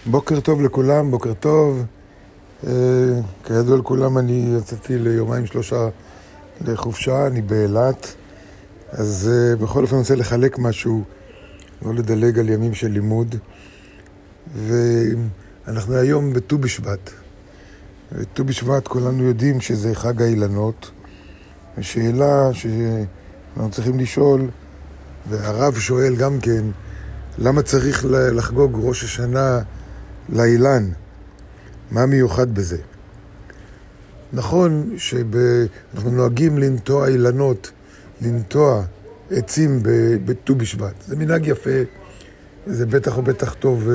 בוקר טוב לכולם, בוקר טוב. כידוע לכולם, אני יצאתי ליומיים שלושה לחופשה, אני באילת. אז בכל אופן אני רוצה לחלק משהו, לא לדלג על ימים של לימוד. ואנחנו היום בט"ו בשבט. בט"ו בשבט כולנו יודעים שזה חג האילנות. השאלה שאנחנו צריכים לשאול, והרב שואל גם כן, למה צריך לחגוג ראש השנה לאילן? מה מיוחד בזה? נכון שאנחנו נוהגים לנטוע אילנות, לנטוע עצים בט"ו בשבט. זה מנהג יפה, זה בטח ובטח טוב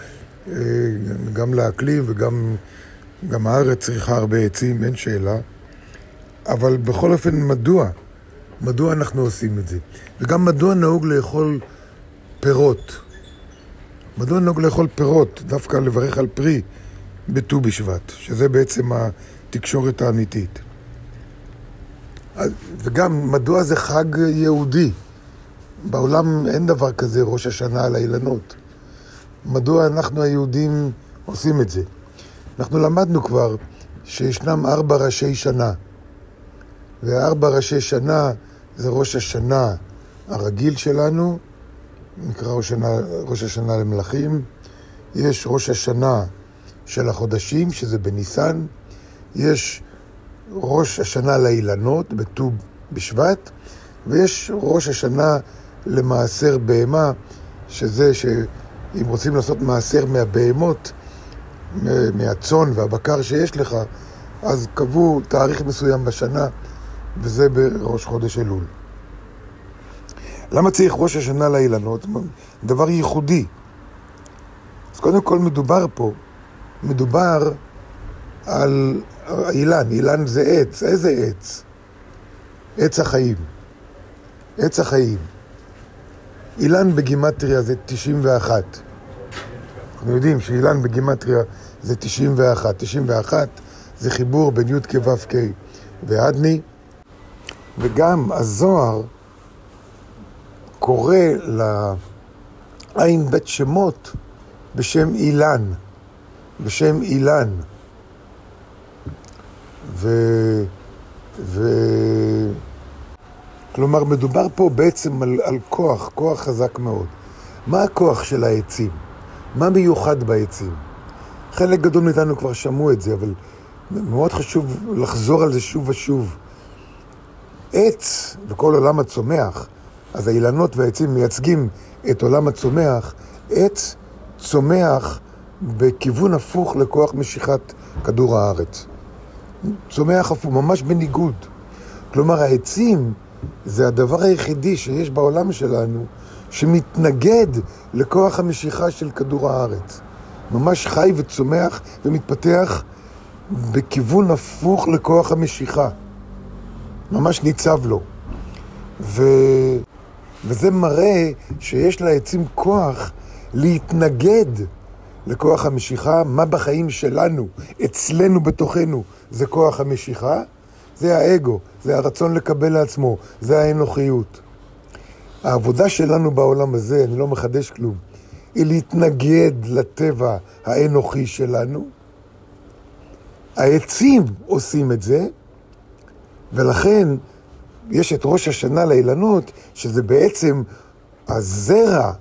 גם לאקלים וגם הארץ צריכה הרבה עצים, אין שאלה. אבל בכל אופן, מדוע אנחנו עושים את זה? וגם מדוע נהוג לאכול פירות? מדוע נהוג לאכול פירות, דווקא לברך על פרי בט"ו בשבט, שזה בעצם התקשורת האמיתית. וגם מדוע זה חג יהודי? בעולם אין דבר כזה ראש השנה על האילנות. מדוע אנחנו היהודים עושים את זה? אנחנו למדנו כבר שישנם 4 ראשי שנה. ו4 ראשי שנה זה ראש השנה הרגיל שלנו, נקרא ראש השנה למלכים. יש ראש השנה של החודשים, שזה בניסן. יש ראש השנה לאילנות, בט"ו בשבט. ויש ראש השנה למעשר בהמה, שזה שאם רוצים לעשות מעשר מהבהמות, מהצאן והבקר שיש לך, אז קבעו תאריך מסוים בשנה, וזה בראש חודש אלול. למה צריך ראש השנה לאילנות? דבר ייחודי. אז קודם כל מדובר על אילן. אילן זה עץ. איזה עץ? עץ החיים. עץ החיים. אילן בגימטריה זה 91. אנחנו יודעים שאילן בגימטריה זה 91. 91 זה חיבור בין י' כו' כ' ועדני. וגם הזוהר קורא לעין בית שמות בשם אילן. בשם אילן. כלומר, מדובר פה בעצם על כוח חזק מאוד. מה הכוח של העצים? מה מיוחד בעצים? חלק גדול מאיתנו כבר שמעו את זה, אבל מאוד חשוב לחזור על זה שוב ושוב. עץ וכל עולם הצומח, אז האילנות והעצים מייצגים את עולם הצומח. עץ צומח בכיוון הפוך לכוח משיכת כדור הארץ. צומח הפוך, ממש בניגוד. כלומר, העצים זה הדבר היחידי שיש בעולם שלנו שמתנגד לכוח המשיכה של כדור הארץ. ממש חי וצומח ומתפתח בכיוון הפוך לכוח המשיכה. ממש ניצב לו. וזה מראה שיש לעצים כוח להתנגד לכוח המשיכה. מה בחיים שלנו, אצלנו בתוכנו, זה כוח המשיכה? זה האגו, זה הרצון לקבל לעצמו, זה האנוכיות. העבודה שלנו בעולם הזה, אני לא מחדש כלום, היא להתנגד לטבע האנוכי שלנו. העצים עושים את זה, ולכן יש את ראש השנה לאילנות, שזה בעצם הזרע,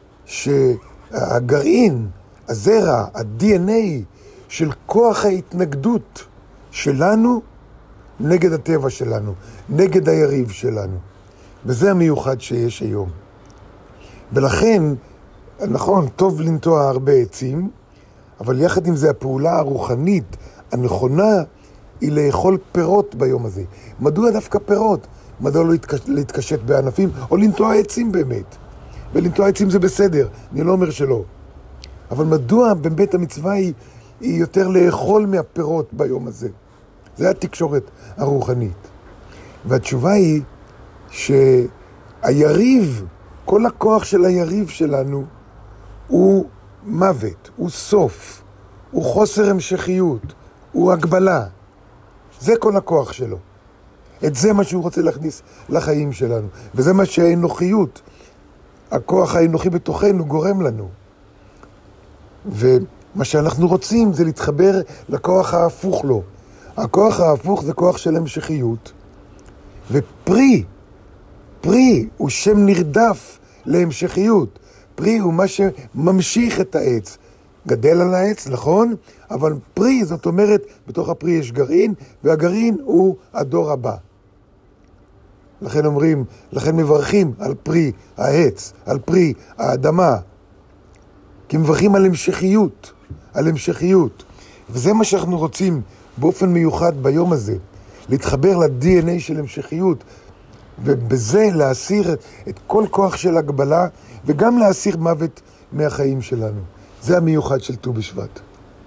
הגרעין, הזרע, ה-DNA של כוח ההתנגדות שלנו נגד הטבע שלנו, נגד היריב שלנו. וזה המיוחד שיש היום. ולכן, נכון, טוב לנטוע הרבה עצים, אבל יחד עם זה הפעולה הרוחנית הנכונה היא לאכול פירות ביום הזה. מדוע דווקא פירות? מדוע לא להתקשט בענפים או לנטוע עצים באמת? ולנטוע עצים זה בסדר, אני לא אומר שלא. אבל מדוע באמת המצווה היא יותר לאכול מהפירות ביום הזה? זה התקשורת הרוחנית. והתשובה היא שהיריב, כל הכוח של היריב שלנו הוא מוות, הוא סוף, הוא חוסר המשכיות, הוא הגבלה. זה כל הכוח שלו. את זה מה שהוא רוצה להכניס לחיים שלנו. וזה מה שהאנוכיות, הכוח האנוכי בתוכנו גורם לנו. מה שאנחנו רוצים זה להתחבר לכוח ההפוך לו. הכוח ההפוך זה כוח של המשכיות. ופרי הוא שם נרדף להמשכיות. פרי הוא מה שממשיך את העץ. גדל על העץ, נכון? אבל פרי, זאת אומרת, בתוך הפרי יש גרעין, והגרעין הוא הדור הבא. לכן מברכים על פרי העץ, על פרי האדמה. כי מברכים על המשכיות. וזה מה שאנחנו רוצים באופן מיוחד ביום הזה. להתחבר ל-DNA של המשכיות, ובזה להסיר את כל כוח של הגבלה, וגם להסיר מוות מהחיים שלנו. זה המיוחד של ט"ו בשבט.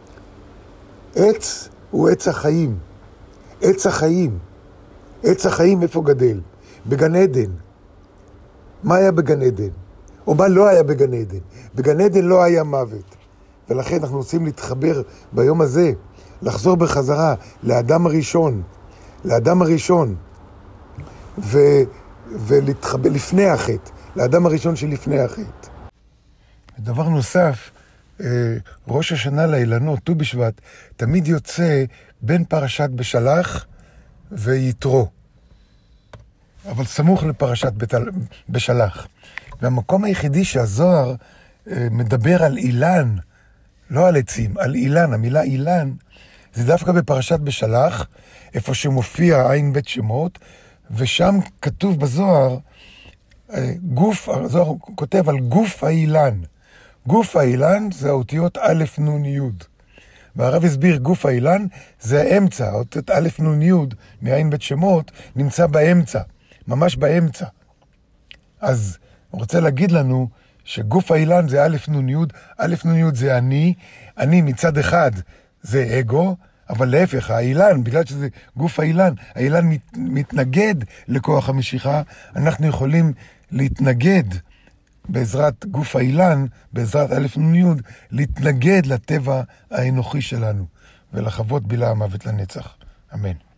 עץ הוא עץ החיים. עץ החיים איפה גדל? בגן עדן. מה היה בגן עדן? או מה לא היה בגן עדן? בגן עדן לא היה מוות. ולכן אנחנו רוצים להתחבר ביום הזה, לחזור בחזרה לאדם הראשון, ולהתחבר לפני החטא, לאדם הראשון שלפני החטא. דבר נוסף, ראש השנה לאילנות, ט"ו בשבט, תמיד יוצא בין פרשת בשלח ויתרו, אבל סמוך לפרשת בשלח. והמקום היחידי שהזוהר מדבר על אילן, לא על עצים, על אילן, המילה אילן, זה דווקא בפרשת בשלח, איפה שמופיע עין בית שמות, ושם כתוב בזוהר, הזוהר כותב על גוף האילן. גוף האילן זה האותיות א' נ' י'. והרב הסביר, גוף האילן זה האמצע, האותיות א' נ' י' מעין בית שמות נמצא באמצע, ממש באמצע. אז הוא רוצה להגיד לנו שגוף האילן זה א' נ' י', א' נ' י' זה אני מצד אחד זה אגו, אבל להפך, האילן, בגלל שזה גוף האילן, האילן מתנגד לכוח המשיכה, אנחנו יכולים להתנגד בעזרת גוף האילן, בעזרת א' נ' י', להתנגד לטבע האנוכי שלנו, ולחוות בלע המוות לנצח. אמן.